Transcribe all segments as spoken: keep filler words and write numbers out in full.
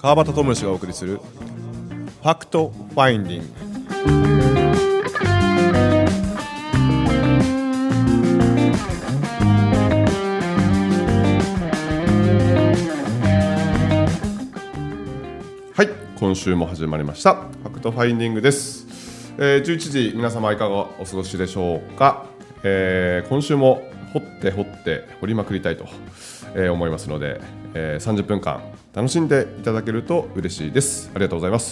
川端智之がお送りするファクトファインディング。はい、今週も始まりましたファクトファインディングです。えー、じゅういちじ皆様いかがお過ごしでしょうか。えー、今週も掘って掘って掘りまくりたいと、えー、思いますので、えー、さんじゅっぷんかん楽しんでいただけると嬉しいです。ありがとうございます。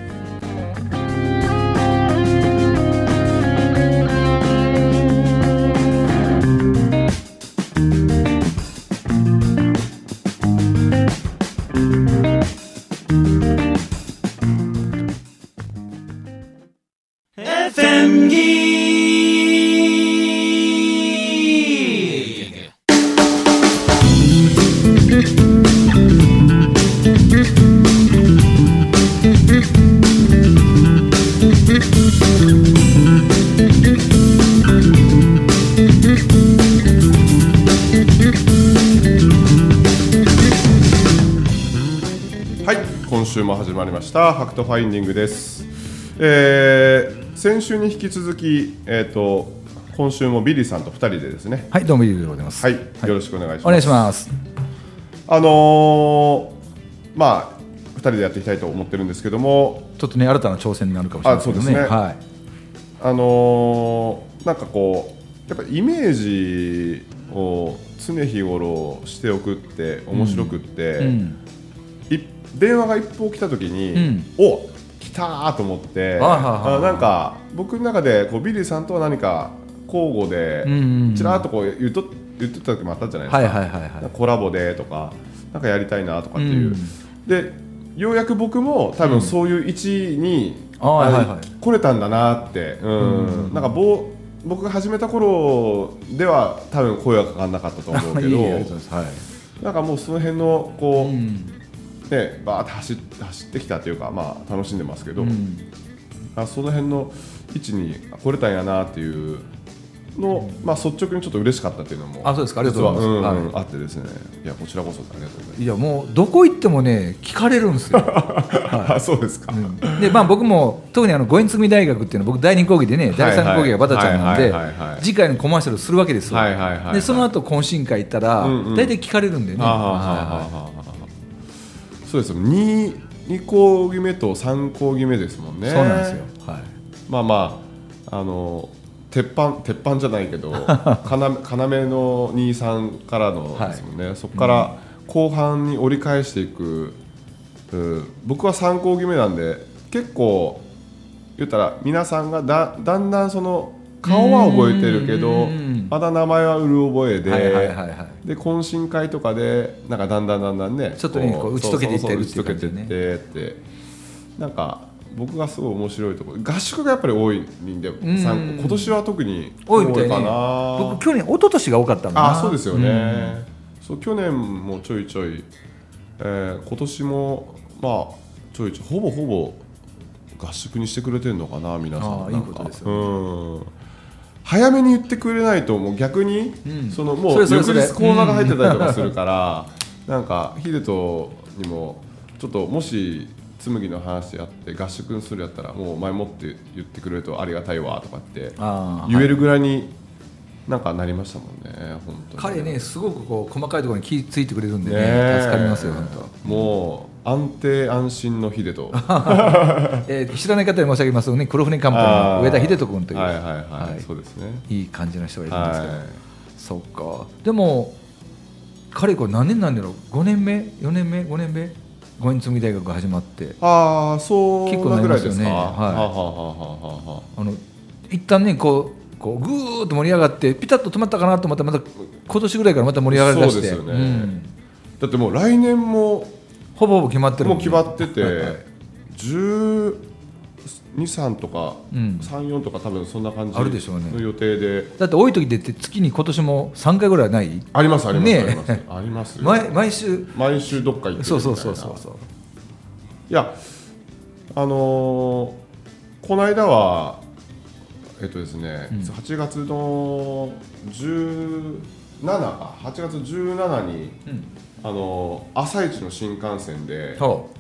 今週も始まりましたファクトファインディングです。えー、先週に引き続き、えー、と今週もビリーさんとふたりでですね。 はい、どうもビリーでございます。 はい、はい、よろしくお願いします。 お願いします。 あのー、まあふたりでやっていきたいと思ってるんですけども、 ちょっとね新たな挑戦になるかもしれないですけどね。 あ、そうですね。 はい。 あのー、なんかこうやっぱイメージを常日頃しておくって面白くって、うんうん、電話が一方来た時に、うん、お来たーと思って、ああなんか僕の中でこうビリーさんとは何か交互でちらっとこう言っと言ってた時もあったじゃないですか、はいはいはいはい、コラボでとかなんかやりたいなとかっていう、うん、でようやく僕も多分そういう位置に、うん、はいはいはい、来れたんだなって、うん、うん、なんかぼ僕が始めた頃では多分声がかかんなかったと思うけどいい、はい、なんかもうその辺のこう、うん、ね、バーって走って、走ってきたというか、まあ、楽しんでますけど、うん、あその辺の位置に来れたんやなっていうの、まあ、率直にちょっと嬉しかったっていうのもあそうですか、ありがとうございます、 うんはい、 あってですね、いやこちらこそありがとうございます。 いやもうどこ行ってもね聞かれるんですよ、はい、 あそうですか、うん、 で、まあ、僕も特にあの五円積み大学っていうのは僕第二講義でね、第三講義がバタちゃんなんで次回のコマーシャルするわけですよ、はいはいはいはい、でその後懇親会行ったら、うんうん、大体聞かれるんでね、 そうですよ、 2, 2講義目とさん講義目ですもんね。 そうなんですよ、はい、 まあまああの鉄板鉄板じゃないけど要のにさんからのですもんね、はい、そこから後半に折り返していく、うん、僕はさん講義目なんで結構言ったら皆さんが だ, だんだんその顔は覚えてるけどまだ名前はうる覚えで、はいはいはいはい、で懇親会とかでなんかだんだんだんだんねちょっとねこう打ち解けていってるっていう感じでね、 打ち解けていってってなんか僕がすごい面白いところ合宿がやっぱり多いんで、今年は特に多いみたいね。僕去年一昨年が多かったもんな。 あそうですよね、そう去年もちょいちょい、えー、今年もまあちょいちょいほぼほぼ合宿にしてくれてるのかな皆さん。 あいいことですよね、 うん早めに言ってくれないともう逆に、うん、そのもう翌日講座が入ってたりとかするからなんかヒデトにもちょっともし紬の話やって合宿にするやったらもう前もって言ってくれるとありがたいわとかって言えるぐらいになんかなりましたもんね。本当に彼ねすごくこう細かいところに気ついてくれるんで ね, ね助かりますよ本当。 もう安定安心の秀人、 えー、知らない方に申し上げますとね黒船カンパニーの上田秀人君という、 はいはいはいはい、そうですね、 いい感じの人がいるんですけど、はい、そっか。でも彼これ何年なんだろう、ごねんめよねんめごねんめ五円積み大学が始まって、 ああそう結構なぐらいですか、 はい、 ははははあの一旦ねこうこうぐーっと盛り上がってピタッと止まったかなと思ったらまた今年ぐらいからまた盛り上がりだして、 そうですよね、うん、だってもう来年もほぼほぼ決まってるもう決まってて、はいはい、じゅうに、さんとか、うん、さん、よんとか多分そんな感じの予定で、 だって多い時で月に今年もさんかいぐらいない？ ありますあります、 ね、 ありますありますよ毎, 毎週毎週どっか行ってるみたいな。そうそうそうそうそう。いやあのー、この間はえっとですね、うん、はちがつのじゅうななかはちがつじゅうしちに、うん、あの朝一の新幹線で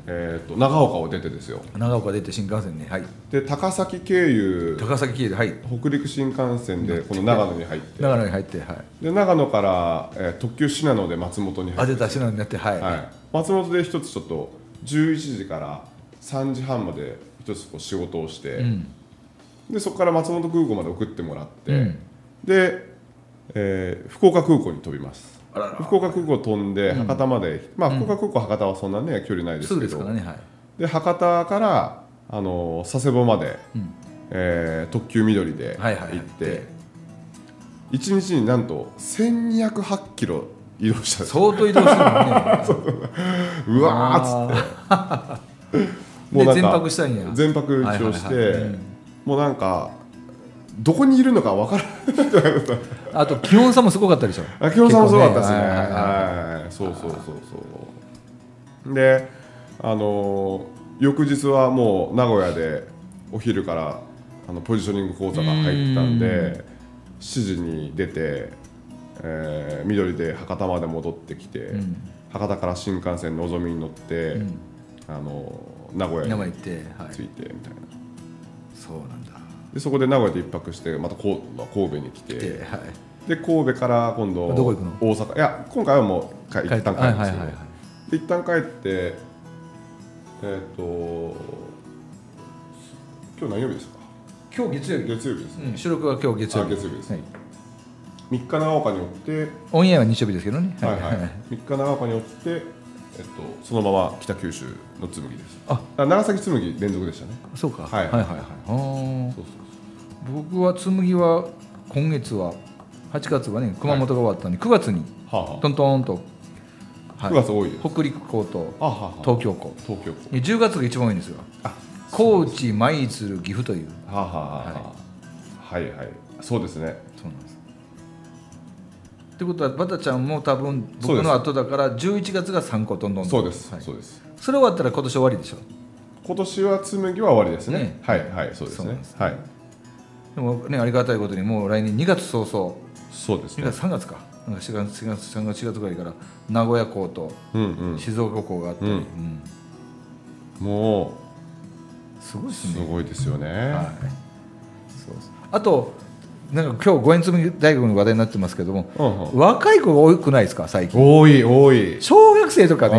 えー、と長岡を出てですよ。 長岡出て新幹線に、はい、 で高崎経由高崎経由で、はい、 北陸新幹線でこの長野に入って長野に入って、はい、 で長野から、えー、特急信濃で松本に入って、 あ出た信濃になって、はい、 はい、松本で一つちょっとじゅういちじからさんじはんまで一つこう仕事をして、うん、でそこから松本空港まで送ってもらって、うん、で、えー、福岡空港に飛びます。あらら福岡空港飛んで博多まで、うんまあ、福岡空港博多はそんなね距離ないですけど、すぐですからね、はい、で博多からあの佐世保まで、うんえー、特急緑で行って、はいはいはい、いちにちになんとせんにひゃくはちキロ移動したんです。 相当移動するのねうわーっつってもうなんか全泊したんや。 全泊一応して、はいはいはいうん、もうなんかどこにいるのか分からないあと気温差もすごかったでしょ。 あ気温差もすごかったですね。はいはいはいはい、そうそうそうそうで、あのー、翌日はもう名古屋でお昼からあのポジショニング講座が入ったんでしちじに出て、えー、緑で博多まで戻ってきて、うん、博多から新幹線のぞみに乗って、うんあのー、名古屋に着いてみたいな、はい、 そうなんだ。 でそこで名古屋で一泊してまた神戸に来て、来てはい、で神戸から今度どこ行くの？ 大阪。いや今回はもう一旦帰るんですよ、はいはいはいはい、で一旦帰ってえー、っと今日何曜日ですか？ 今日月曜日。 月曜日ですね、 うん、収録は今日月曜日。 あ月曜日です、はい、みっか長岡におってオンエアは日曜日ですけどね、 はいはいはい、みっか長岡におってえっと、そのまま北九州の紬です。あ長崎紬連続でしたね。 そうか、 はいはいはい、はい、そうそうそう。僕は紬は今月ははちがつはね熊本が終わったんで、はい、くがつにトントンと、 はい、くがつ多いです。 北陸港と東京港。 東京港じゅうがつが一番多いんですよ。あ高知舞鶴岐阜という。 はあ、はあはあ、はい、はいはいそうですね。 そうなんです。ってことはバタちゃんも多分僕の後だからじゅういちがつがさんこどんどん。 そうです、 はい、 そうです。 それ終わったら今年終わりでしょ。 今年は紬は終わりですね。ねはいはいそうですね。ですねはい。 でもねありがたいことにもう来年にがつ早々。 そうですね。 にがつさんがつか。なんかしがつさんがつしがつぐらいから名古屋港と静岡港があったり、うんうん、もうすごいですね。 すごいですよね。はい。 そうです。あと。なんか今日五円紬大学の話題になってますけども、うんうん、若い子が多くないですか最近。 多い多い。 小学生とかね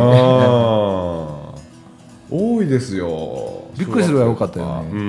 多いですよ。 びっくりするぐらい多かったよね。 うん、うん、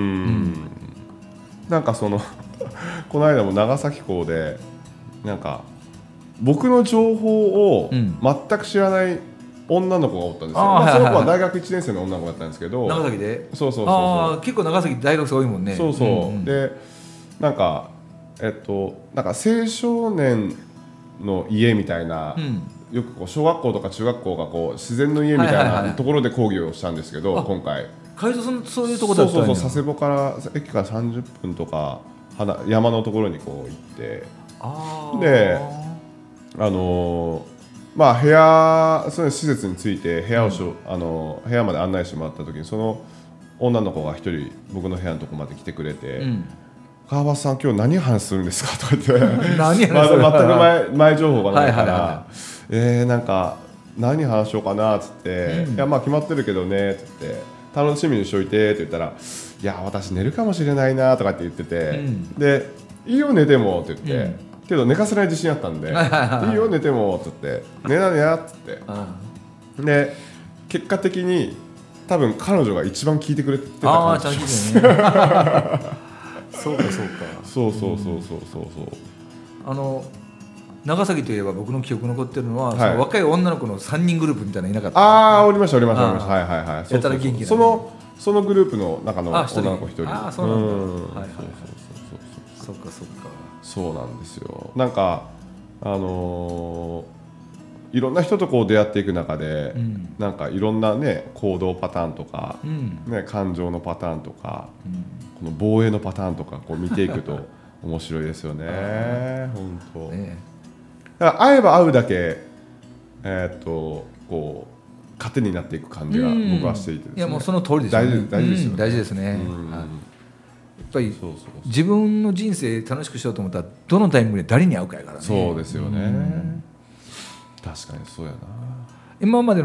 なんかそのこの間も長崎港でなんか僕の情報を全く知らない女の子がおったんですよ、うんまあ、その子は大学いちねん生の女の子だったんですけど、 長崎でそうそうそうそうあ結構長崎大学生多いもんね。 そうそう、うんうん、でなんかえっと、なんか青少年の家みたいな、うん、よくこう小学校とか中学校がこう自然の家みたいなところで講義をしたんですけど、今回海蔵さんそういうところだったんや。 そうそうそう佐世保から駅からさんじゅっぷんとか山のところにこう行ってあであのー、まあ部屋その施設について部屋をしょ、うん、あの部屋まで案内してもらった時にその女の子が一人僕の部屋のところまで来てくれて、うん川端さん今日何話するんですかとか言って何話するまあ、全く 前, 前情報がないから、はいはいはい、えー、なんか何話しようかなっつって、うん、いやまあ決まってるけどねっつって楽しみにしといてって言ったらいや私寝るかもしれないなとかって言ってて、うん、でいいよ寝てもって言って、うん、けど寝かせない自信あったんでいいよ寝てもって言って寝なねやっつってで結果的に多分彼女が一番聞いてくれてた感じしますそうかそうかそうそうそうそうそうそうあの長崎といえば僕の記憶残ってるのは、はい、その若い女の子のさんにんグループみたいなのいなかった。 ああおりましたおりましたおりましたはいはいはいやたら元気な、ね、 そのそのグループの中の女の子一人ああそうなんだ、うん、はいはいそうそうそうそうそうかそうかそうなんですよ。なんかあのーいろんな人とこう出会っていく中で、うん、なんかいろんなね行動パターンとか、うんね、感情のパターンとか、うん、この防衛のパターンとかこう見ていくと面白いですよね本当、ね、だから会えば会うだけ、えー、っとこう糧になっていく感じが僕はしていてですね、 いやもうその通りですよね。 大事ですよね、 大事ですね、はい、やっぱりそうそうそう自分の人生楽しくしようと思ったらどのタイミングで誰に会うかやからね。 そうですよね、確かにそうやな。 今までの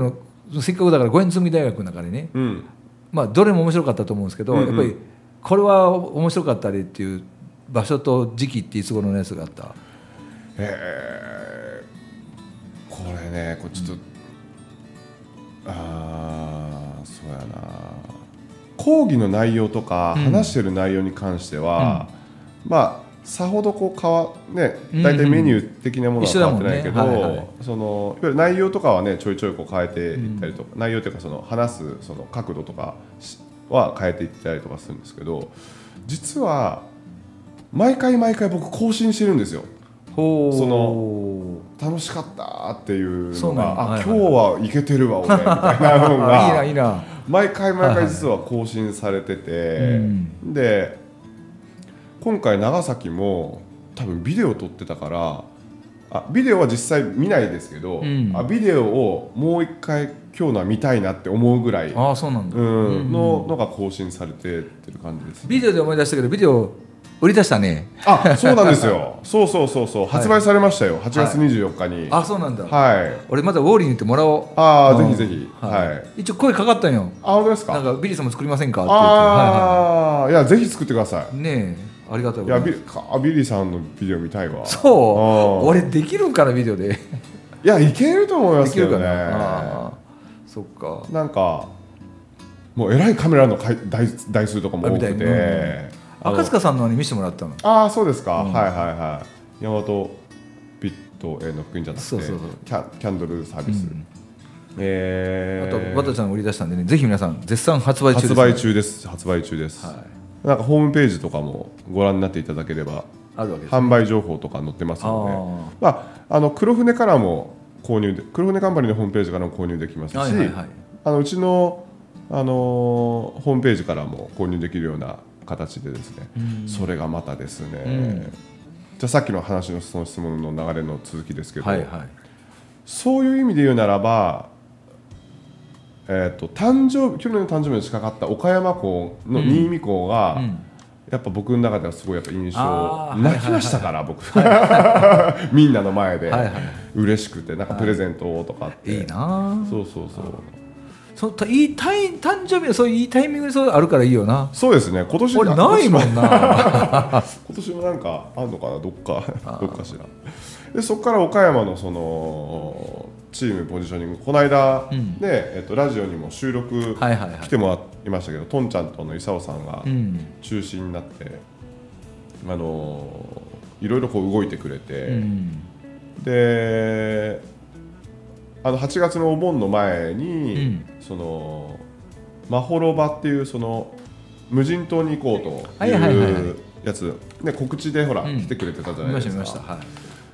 せっかくだから五円紬大学の中でね、うん、まあどれも面白かったと思うんですけど、うんうん、やっぱりこれは面白かったりっていう場所と時期っていつ頃のやつがあった？ えー、これねこれちょっと、うん、あーそうやな講義の内容とか話してる内容に関しては、うん、まあさほどこう変わね大体メニュー的なものは変わってないけど、うんうんねはいはい、そのいわゆる内容とかはねちょいちょいこう変えていったりとか、うん、内容というかその話すその角度とかは変えていったりとかするんですけど、実は毎回毎回僕更新してるんですよ。その楽しかったっていうのが、あ、はいはい、今日はいけてるわ俺みたいなのがいいないいな毎回毎回実は更新されてて、はいはい、で今回長崎も多分ビデオ撮ってたからあビデオは実際見ないですけど、うん、あビデオをもう一回今日のは見たいなって思うぐらいあそうなんだ、うん、 ののが更新されてってる感じです、ね、 ビデオで思い出したけどビデオ売り出したね。 あそうなんですよそうそうそうそう発売されましたよ、はい、はちがつにじゅうよっかに、 はい、あそうなんだ、 はい、 俺またウォーリーに行ってもらおう。 ああぜひぜひ、 はいはい、一応声かかったんよ。 あ本当ですか。 なんかビリーさんも作りませんかって言って、あ、 はいはい、いやぜひ作ってくださいねえありがとうございます。 いや ビ, ビリーさんのビデオ見たいわ。 そう俺できるんかなビデオでいやいけると思いますけどね。 あそっかなんかもうえらいカメラの台, 台数とかも多くて、うん赤塚さんのに見せてもらったの。 ああそうですか、うん、はいはいはい大和ビットへの福音じゃなくてそうそうそうキ, ャキャンドルサービス、うんえー、 あとバタちゃんが売り出したんでねぜひ皆さん絶賛発売中です、 ね、発売中です発売中です、はい、なんかホームページとかもご覧になっていただければあるわけです、ね、 販売情報とか載ってますので、まあ、あの黒船からも購入で黒船カンパニーのホームページからも購入できますし、はいはいはい、あのうちの、あのー、ホームページからも購入できるような形でですね、うん、それがまたですね、うん、じゃあさっきの話のその質問の流れの続きですけど、はいはい、そういう意味で言うならば、えー、と誕生去年の誕生日に近かった岡山港の新見港が、うんうん、やっぱ僕の中ではすごいやっぱ印象泣きましたから、僕みんなの前で、はいはい、嬉しくてなんかプレゼントとかって、 はい、いいなそうそうそうそいいタイ誕生日そういういいタイミングでそうあるからいいよな。 そうですね今年俺ないもんな今年もなんかあんのかなどっかどっかしらでそこから岡山のそのチームポジショニングこの間、うんねえっと、ラジオにも収録来てもらいましたけど、はいはいはい、トンちゃんとの伊佐さんが中心になって、うん、あのいろいろこう動いてくれて、うん、であのはちがつのお盆の前に、うん、そのまほろばっていうその無人島に行こうというやつ、ね、告知でほら、うん、来てくれてたじゃないですか。見ました見ました、はい、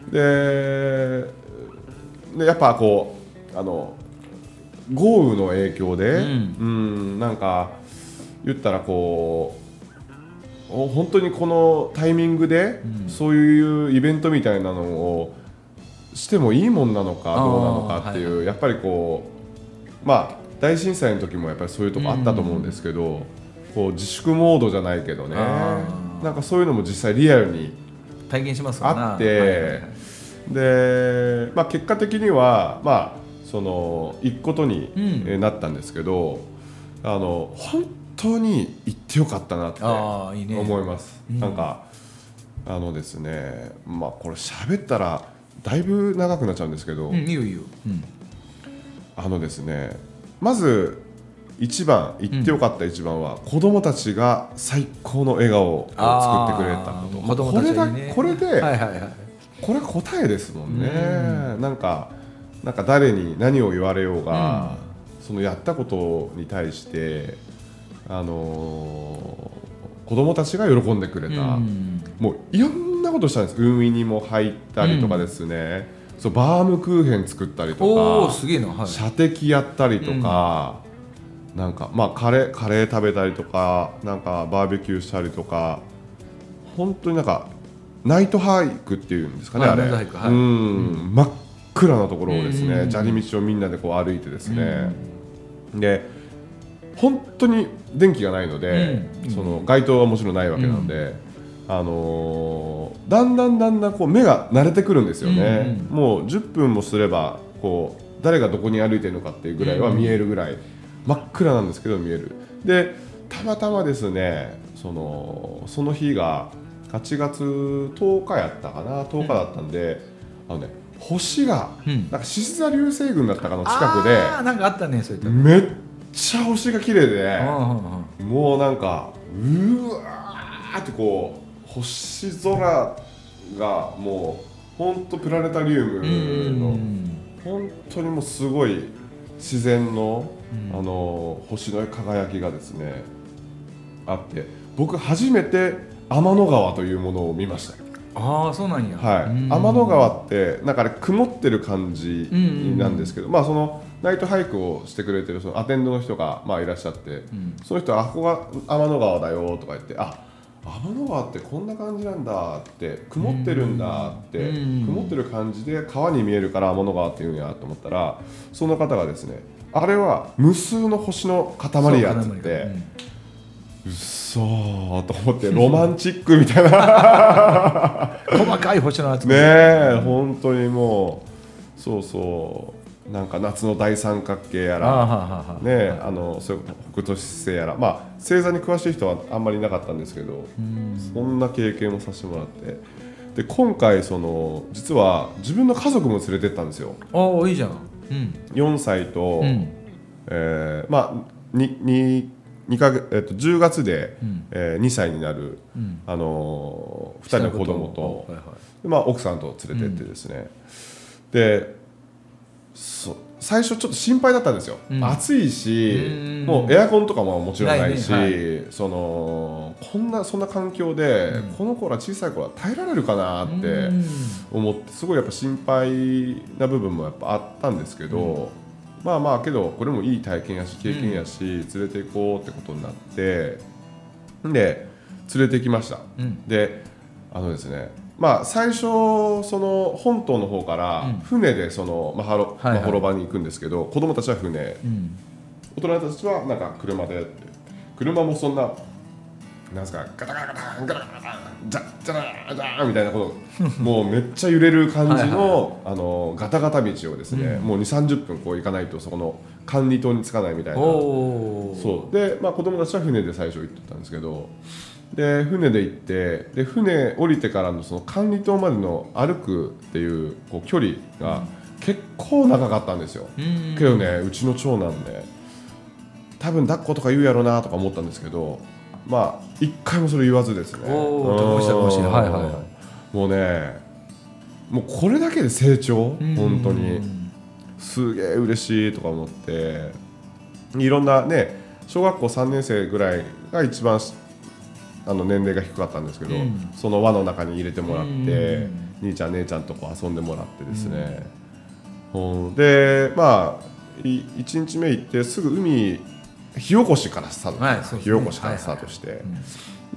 で, でやっぱこうあの豪雨の影響で、うんうん、なんか言ったらこう本当にこのタイミングで、うん、そういうイベントみたいなのをしてもいいもんなのかどうなのかっていう、はい、やっぱりこうまあ大震災の時もやっぱりそういうとこあったと思うんですけど、うん、こう自粛モードじゃないけどねなんかそういうのも実際リアルに体験しますもんあって、はいはいはい、で、まあ、結果的にはまあその行くことになったんですけど、うん、あの本当に行ってよかったなって思います。いいね、なんか、うん、あのですねまあこれ喋ったらだいぶ長くなっちゃうんですけど、うん、いいよいいよ、うん、あのですねまず一番言ってよかった一番は、うん、子供たちが最高の笑顔を作ってくれたこと、まあ、これだこれで、はいはいはい、これ答えですもんね、うん、なんかなんか誰に何を言われようが、うん、そのやったことに対してあのー、子供たちが喜んでくれた、うん、もういろんなことしたんです。海にも入ったりとかですね、うん、そうバームクーヘン作ったりとか、 すげえな、はい、 射的やったりとか、うん、なんかまあカレーカレー食べたりとか、なんかバーベキューしたりとか、本当になんかナイトハイクっていうんですかね、あれ、はい、うん、真っ暗なところをですね、うん、砂利道をみんなでこう歩いてですね、うん、で本当に電気がないので、うん、その街灯はもちろんないわけなので、うん、あのー、だんだんだんだんこう目が慣れてくるんですよね、うんうん、もうじゅっぷんもすればこう誰がどこに歩いてるのかっていうぐらいは見えるぐらい、真っ暗なんですけど見える。でたまたまですね、そのその日がはちがつとおかやったかな、とおかだったんで、うん、あのね星が、うん、なんか獅子座流星群だったかの近くで、 あなんかあったね、そういっためっちゃ星が綺麗で、もうなんかうわーってこう星空がもうほんとプラネタリウムの本当にもうすごい自然の、うん、あの星の輝きがですねあって、僕初めて天の川というものを見ました。 ああそうなんや、 はい、天の川ってなんか、ね、曇ってる感じなんですけど、まあそのナイトハイクをしてくれてるそのアテンドの人がまあいらっしゃって、うん、その人はあここが天の川だよとか言って、あ天の川ってこんな感じなんだって、曇ってるんだって、曇ってる感じで川に見えるから天の川っていうんやと思ったら、その方がですね、あれは無数の星の塊やってって、うっそーと思ってロマンチックみたいな細かい星の集まりねえ、本当にもうそうそうなんか夏の大三角形やらね、あのそういう北斗七星やら、まあ星座に詳しい人はあんまりいなかったんですけど、そんな経験をさせてもらって、で今回その実は自分の家族も連れてったんですよ。 ああいいじゃん、 うん、よんさいと、うんえー、まあにににかげつ、えっと、じゅうがつで、うんえー、にさいになる、うんあのー、ふたりの子供と、はいはいまあ、奥さんと連れてってですね、うん、でそ最初ちょっと心配だったんですよ、うん、暑いしもうエアコンとかももちろんないし、ないねはい、そのこんなそんな環境で、うん、この子ら小さい子は耐えられるかなって思ってすごいやっぱ心配な部分もやっぱあったんですけど、うんまあまあけどこれもいい体験やし経験やし、うん、連れて行こうってことになってで連れて行きました、うん、であのですねまあ最初その本島の方から船でそのマハロ、マホロバに行くんですけど、はいはい、子供たちは船、うん、大人たちはなんか車で車もそんななんすかガタガタガタガタガタジャッジャラジャーみたいなこともうめっちゃ揺れる感じのあのガタガタ道をですね、うん、もう にじゅうさんじゅっぷんこう行かないとそこの管理棟に着かないみたいなそうで、まあ、子供たちは船で最初行ってたんですけどで船で行ってで船降りてからのその管理棟までの歩くっていう、こう距離が結構長かったんですよ、うん、けどねうちの長男ね多分抱っことか言うやろなとか思ったんですけどまあ一回もそれ言わずですね。 おー、したかしれない。はいはいはい。 もうね、もうこれだけで成長、本当にすげえ嬉しいとか思って、いろんなね、小学校さんねん生ぐらいが一番あの年齢が低かったんですけど、うん、その輪の中に入れてもらって、兄ちゃん姉ちゃんとこう遊んでもらってですね。うん、で、まあいちにちめ行ってすぐ海火起こしからスタート、はいね、火起こしからスタートして、はいはい、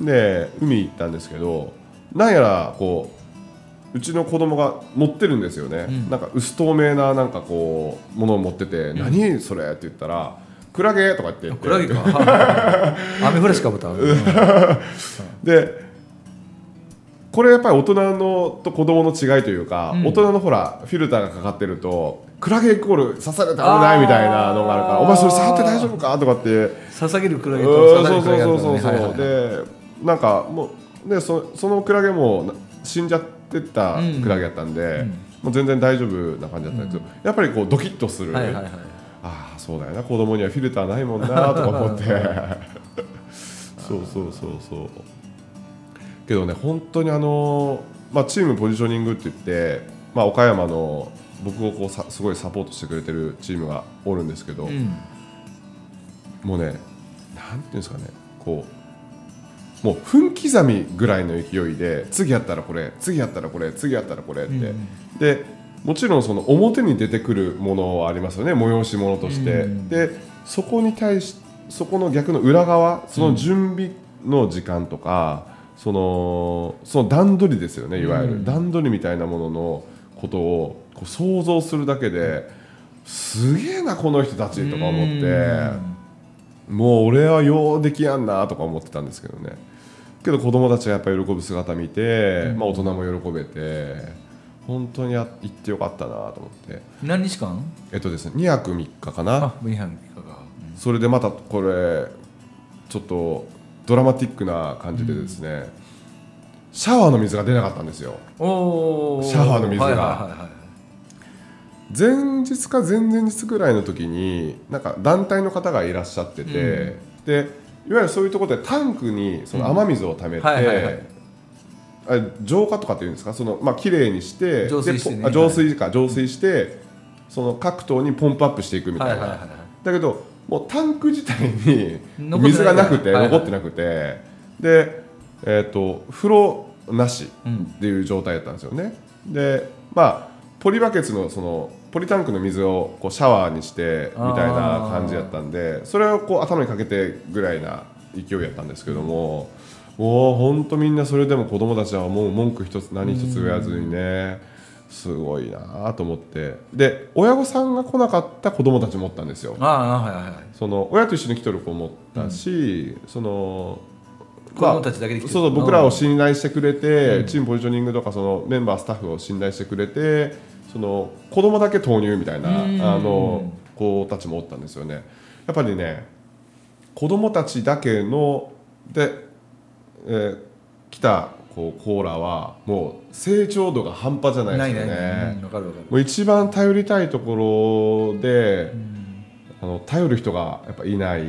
で海行ったんですけどなんやらこううちの子供が持ってるんですよね、うん、なんか薄透明ななんかこうものを持ってて、うん、何それって言ったらクラゲとか言ってクラゲかアメフラシかボタンでこれやっぱり大人のと子供の違いというか、うん、大人のほらフィルターがかかってるとクラゲイコール刺されたくないみたいなのがあるからお前それ触って大丈夫かとかって捧げるクラゲと刺されるクラゲあるからね。 そうそうそうそう、はいはい、でなんかもうで そ, そのクラゲも死んじゃってたクラゲやったんで、うんうん、もう全然大丈夫な感じだったんですけど、うん、やっぱりこうドキッとする、はいはいはい、ああそうだよな子供にはフィルターないもんなとか思ってそうそうそうそうけどね本当にあの、まあ、チームポジショニングって言って、まあ、岡山の僕をこうさすごいサポートしてくれてるチームがおるんですけど、うん、もうねなんていうんですかねこうもう分刻みぐらいの勢いで次やったらこれ次やったらこれ次やったらこれって、うん、でもちろんその表に出てくるものはありますよね催し物として、うん、でそこに対しそこの逆の裏側その準備の時間とか、うん、そのその段取りですよねいわゆる、うん、段取りみたいなもののことをこう想像するだけですげえなこの人たちとか思ってもう俺はようできやんなとか思ってたんですけどねけど子供たちがやっぱり喜ぶ姿見て、うんまあ、大人も喜べて本当にや行ってよかったなと思って。 何日間？ えっとですねにはくみっかかな。 あ、にはくみっかか、 うん、それでまたこれちょっとドラマティックな感じでですね、うん、シャワーの水が出なかったんですよ。 おシャワーの水が、 はいはいはいはい、 前日か前々日ぐらいの時になんか団体の方がいらっしゃってて、うん、でいわゆるそういうところでタンクにその雨水をためて、うんはいはいはい、あ浄化とかっていうんですか、そのまあ綺麗にして浄水して、ね、 あ浄水か浄水して、うん、その各棟にポンプアップしていくみたいな、はいはいはいはい、だけどもうタンク自体に水がなくて残ってなくて、はいはい、で、えーと、風呂なしっていう状態だったんですよね、うん、でまあポリバケツのそのポリタンクの水をこうシャワーにしてみたいな感じだったんで、それをこう頭にかけてぐらいな勢いやったんですけども、もう本当みんなそれでも子供たちはもう文句一つ何一つ言わずにね、すごいなと思って、で親御さんが来なかった子供たちもおったんですよ。 あ、はいはいはい、 その親と一緒に来とる子もおったし、うん、その子供たちだけで来てる、 そうそう僕らを信頼してくれて、うん、チームポジショニングとかそのメンバースタッフを信頼してくれて、その子供だけ投入みたいなあの子たちもおったんですよね。やっぱりね子供たちだけので、えー、来たこうコーラはもう成長度が半端じゃないですよね。ないないない、うん、わかるわかる。もう一番頼りたいところで、うん、あの頼る人がやっぱいない、うん、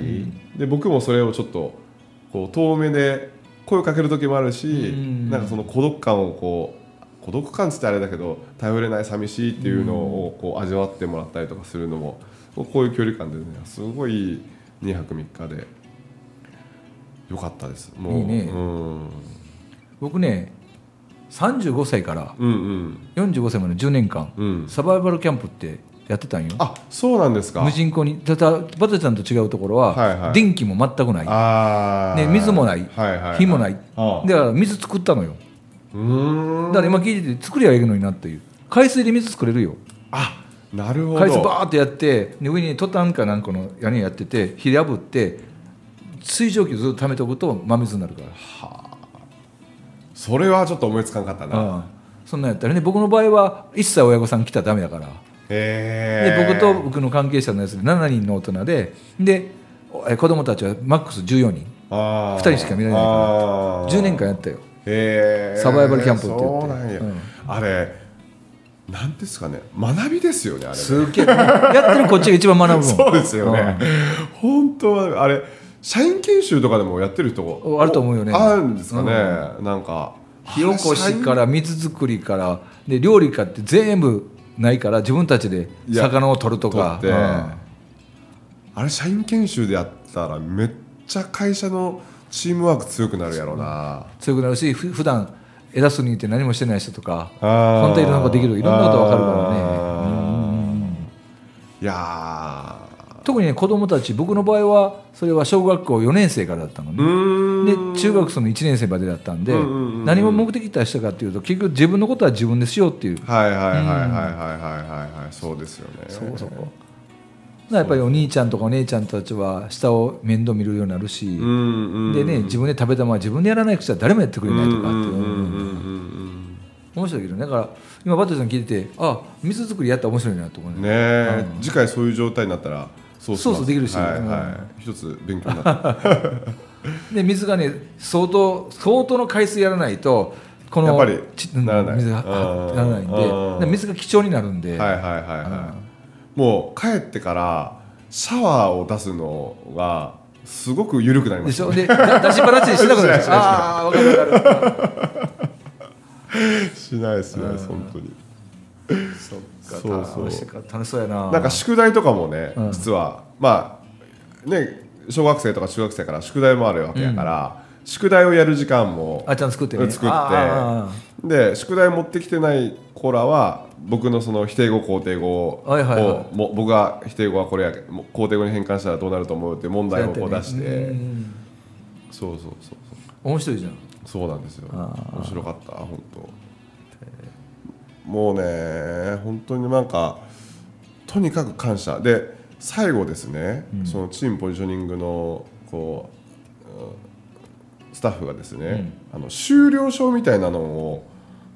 で僕もそれをちょっとこう遠目で声をかける時もあるし、うん、なんかその孤独感をこう孤独感ってあれだけど頼れない寂しいっていうのをこう味わってもらったりとかするのもこういう距離感でねすごいにはくみっかでよかったです。もういいね、うん、 僕ねさんじゅうごさいからよんじゅうごさいまでじゅうねんかん、うん、サバイバルキャンプってやってたんよ。 あ、そうなんですか。 無人島に。ただバタちゃんと違うところは、はいはい、電気も全くない、あ、ね、水もない、はいはいはい、火もない、ああだから水作ったのよ。うーん、だから今聞いてて作りゃいいのになっていう。海水で水作れるよ。 あ、なるほど。 海水バーってやって、で上にトタンかなんかの屋根やってて火で炙って水蒸気をずっと溜めておくと真水になるから。はあ、 それはちょっと思いつかなかったな。ああ、 そんなんやったらね。僕の場合は一切親御さん来たらダメだから。で僕と僕の関係者のやつでしちにんの大人で、で子供たちはマックスじゅうよにん、あふたりしか見られないからじゅうねんかんやったよ。へサバイバルキャンプって言って。そうなんや、うん、 あれなんですかね、学びですよねあれね。 すげえやってるこっちが一番学ぶもん。 そうですよね、うん、本当はあれ社員研修とかでもやってる人あると思うよね。 あるんですかね、うん、なんか火起こしから水作りからで料理かって全部ないから自分たちで魚を取るとか、うん、 あれ社員研修でやったらめっちゃ会社のチームワーク強くなるやろうな。 強くなるし、ふ普段偉そうに言って何もしてない人とか本当にいろんなことできる、いろんなこと分かるからね。うん、 いや特にね子供たち、僕の場合はそれは小学校よねんせいからだったのね。で中学生のいちねんせいまでだったんで、何も目的としたかっていうと結局自分のことは自分でしようっていう。はいはいはいはいはいはいはい、そうですよね。 そうそう。やっぱりお兄ちゃんとかお姉ちゃんたちは下を面倒見るようになるし、うんうん、でね自分で食べたものは自分でやらないくちゃ誰もやってくれないとかって面白いけどね。だから今バトルさん聞いてて、あ水作りやったら面白いなと思うね。 ね、うん、次回そういう状態になったらそうそうそうできるし、 はいはい、一つ勉強になったで水がね相当相当の海水やらないとこのやっぱりならない、 水がならないんで、水が貴重になるんで、 はいはいはいはい、もう帰ってからシャワーを出すのがすごく緩くなりました、ね、 でしょ。で出しっぱなしにしなくなるああ分かる分かるしないしない本当に。 そっか、そうそう楽しそうやな。 なんか宿題とかもね、うん、実はまあね小学生とか中学生から宿題もあるわけやから、うん、宿題をやる時間もあちゃん作ってね作ってで宿題持ってきてない子らは僕のその否定語肯定語を、はいはいはい、も僕が否定語はこれやけど肯定語に変換したらどうなると思うって問題をこう出して、ね、そうそうそうそう面白いじゃん。 そうなんですよ。面白かった本当。もうね本当になんかとにかく感謝で最後ですね、うん、そのチームポジショニングのこうスタッフがですね、うん、あの終了証みたいなのを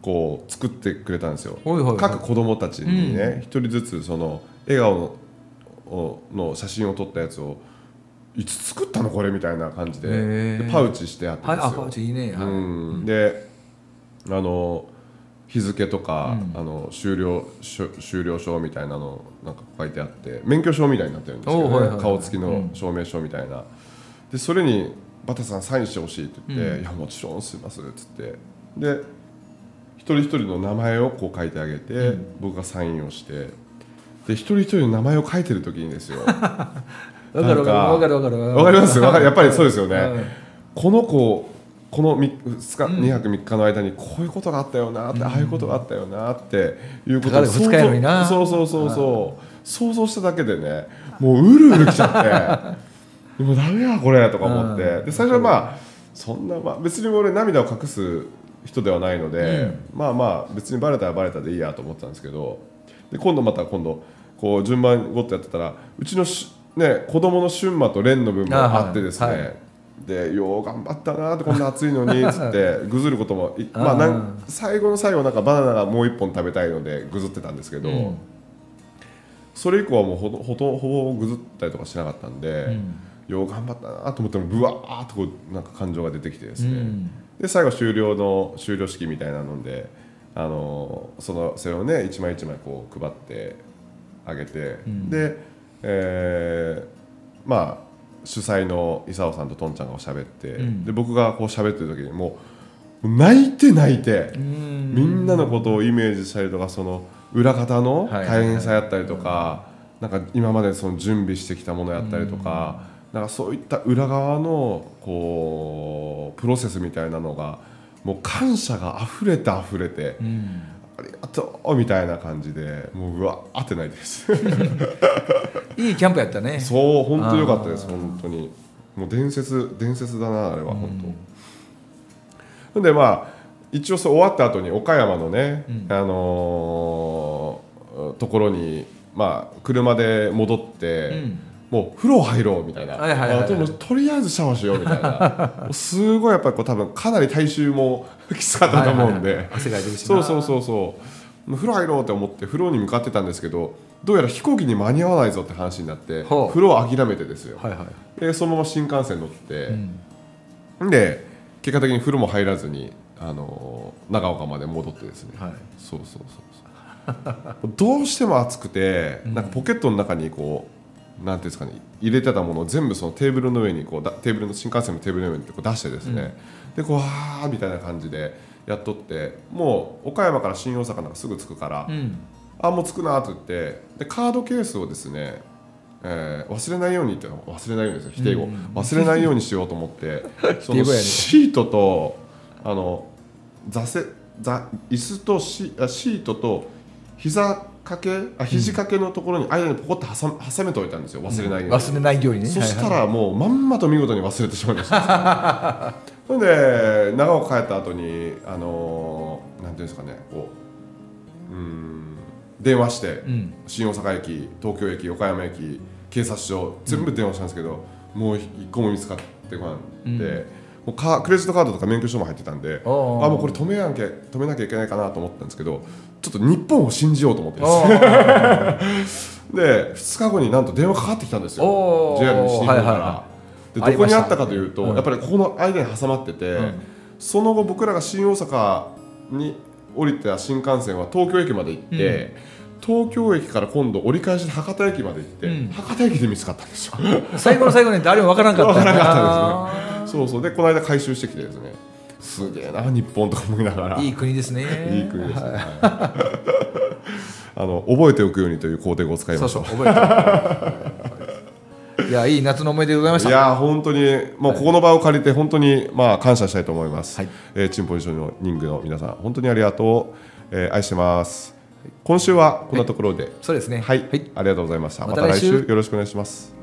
こう作ってくれたんですよ。 はいはいはい、 各子供たちにね一、うん、人ずつその笑顔のの写真を撮ったやつをいつ作ったのこれみたいな感じ で, でパウチしてあってですよ、 はい、あパウチいいね、はい、 うん、であの日付とか、うん、あの修了修了証みたいなのなんか書いてあって免許証みたいになってるんですけど、ねはいはいはい、顔つきの証明書みたいな、うん、でそれにバタさんサインしてほしいって言って、うん、いやもちろんすいますっつってで一人一人の名前をこう書いてあげて、うん、僕がサインをしてで一人一人の名前を書いてる時にですよわかるわかるわかるわかるわかりますやっぱりそうですよね、うん、この子このふつか、うん、にはくみっかの間にこういうことがあったよなって、うん、ああいうことがあったよなっていうことを想像そうそうそうそう想像しただけでねもううるうるきちゃってでもダメやこれとか思ってで最初はまあそんな、まあ、別に俺涙を隠す人ではないので、うん、まあまあ別にバレたらバレたでいいやと思ってたんですけどで今度また今度こう順番ごとやってたらうちのし、ね、子供の春馬と蓮の分もあってですね、はいはい、でよう頑張ったなってこんな暑いのにつってぐずることもまあなん最後の最後なんかバナナがもう一本食べたいのでぐずってたんですけど、うん、それ以降はもうほとほとほぼぐずったりとかしなかったんで、うん、よう頑張ったなと思ってもブワーっとこうなんか感情が出てきてですね、うん、で最後終了の終了式みたいなのであのそのそれをね一枚一枚こう配ってあげて、うん、で、えー、まあ主催の伊佐さんととんちゃんが喋って、うん、で僕がこう喋ってる時にもう泣いて泣いてみんなのことをイメージしたりとかその裏方の大変さやったりとか、なんか今までその準備してきたものやったりとか、なんかそういった裏側のこうプロセスみたいなのがもう感謝が溢れて溢れて、うん、ありがとうみたいな感じでもううわーってないですいいキャンプやったね。 そう本当に良かったです本当にもう伝説伝説だなあれは本当、うん、でまあ一応そう終わった後に岡山のね、うん、あのー、ところにまあ車で戻って、うんもう風呂入ろうみたいな、はいはいはいはい、でもとりあえずシャワーしようみたいなすごいやっぱりこう多分かなり体臭もきつかったと思うんで、はいはいはい、 汗が出るしなそうそうそうそう風呂入ろうって思って風呂に向かってたんですけどどうやら飛行機に間に合わないぞって話になって風呂を諦めてですよ、はいはい、でそのまま新幹線乗って、うん、で結果的に風呂も入らずに、あのー、長岡まで戻ってですね、はい、そうそうそうそうどうしても暑くてなんかポケットの中にこうなんていうんですかね、入れてたものを全部そのテーブルの上にこうだテーブルの新幹線のテーブルの上にこう出してですね、うん、でこうわーみたいな感じでやっとってもう岡山から新大阪なんかすぐ着くから、うん、あもう着くなと言ってでカードケースをですね、えー、忘れないようにって忘れないようにですよ否定語、うん、忘れないようにしようと思ってそのシートとあの座せ座椅子とシあシートと膝掛けあ肘掛けのところに間にポコッと挟, 挟めておいたんですよ忘れないように、うん、 忘れないようにねそしたらもうまんまと見事に忘れてしまいましたそれで長岡帰った後にあのー、なんていうんですかねこううん電話して、うん、新大阪駅東京駅岡山駅警察署全部電話したんですけど、うん、もう一個も見つかってこないんで、うんもうカクレジットカードとか免許証も入ってたんであもうこれ止めなきゃ止めなきゃいけないかなと思ったんですけどちょっと日本を信じようと思ってですでふつかごになんと電話かかってきたんですよ ジェイアール 西日本から、はいはい、でどこにあったかというと、うん、やっぱりここの間に挟まってて、うん、その後僕らが新大阪に降りた新幹線は東京駅まで行って、うん、東京駅から今度折り返しで博多駅まで行って、うん、博多駅で見つかったんですよ最後の最後に誰も分からなかった分からなかったですねそうそうでこの間回収してきてですねすげえな日本とか思いながらいい国ですねいい国ですね、はい、あの覚えておくようにという工程を使いましょうそうそう覚えていやいい夏の思い出でございましたいや本当にもうここの場を借りて本当にまあ感謝したいと思います、はいえー、チンポジションのリングの皆さん本当にありがとう、えー、愛してます今週はこんなところで、はい、 そうですねはい、はい、ありがとうございましたまた来週よろしくお願いします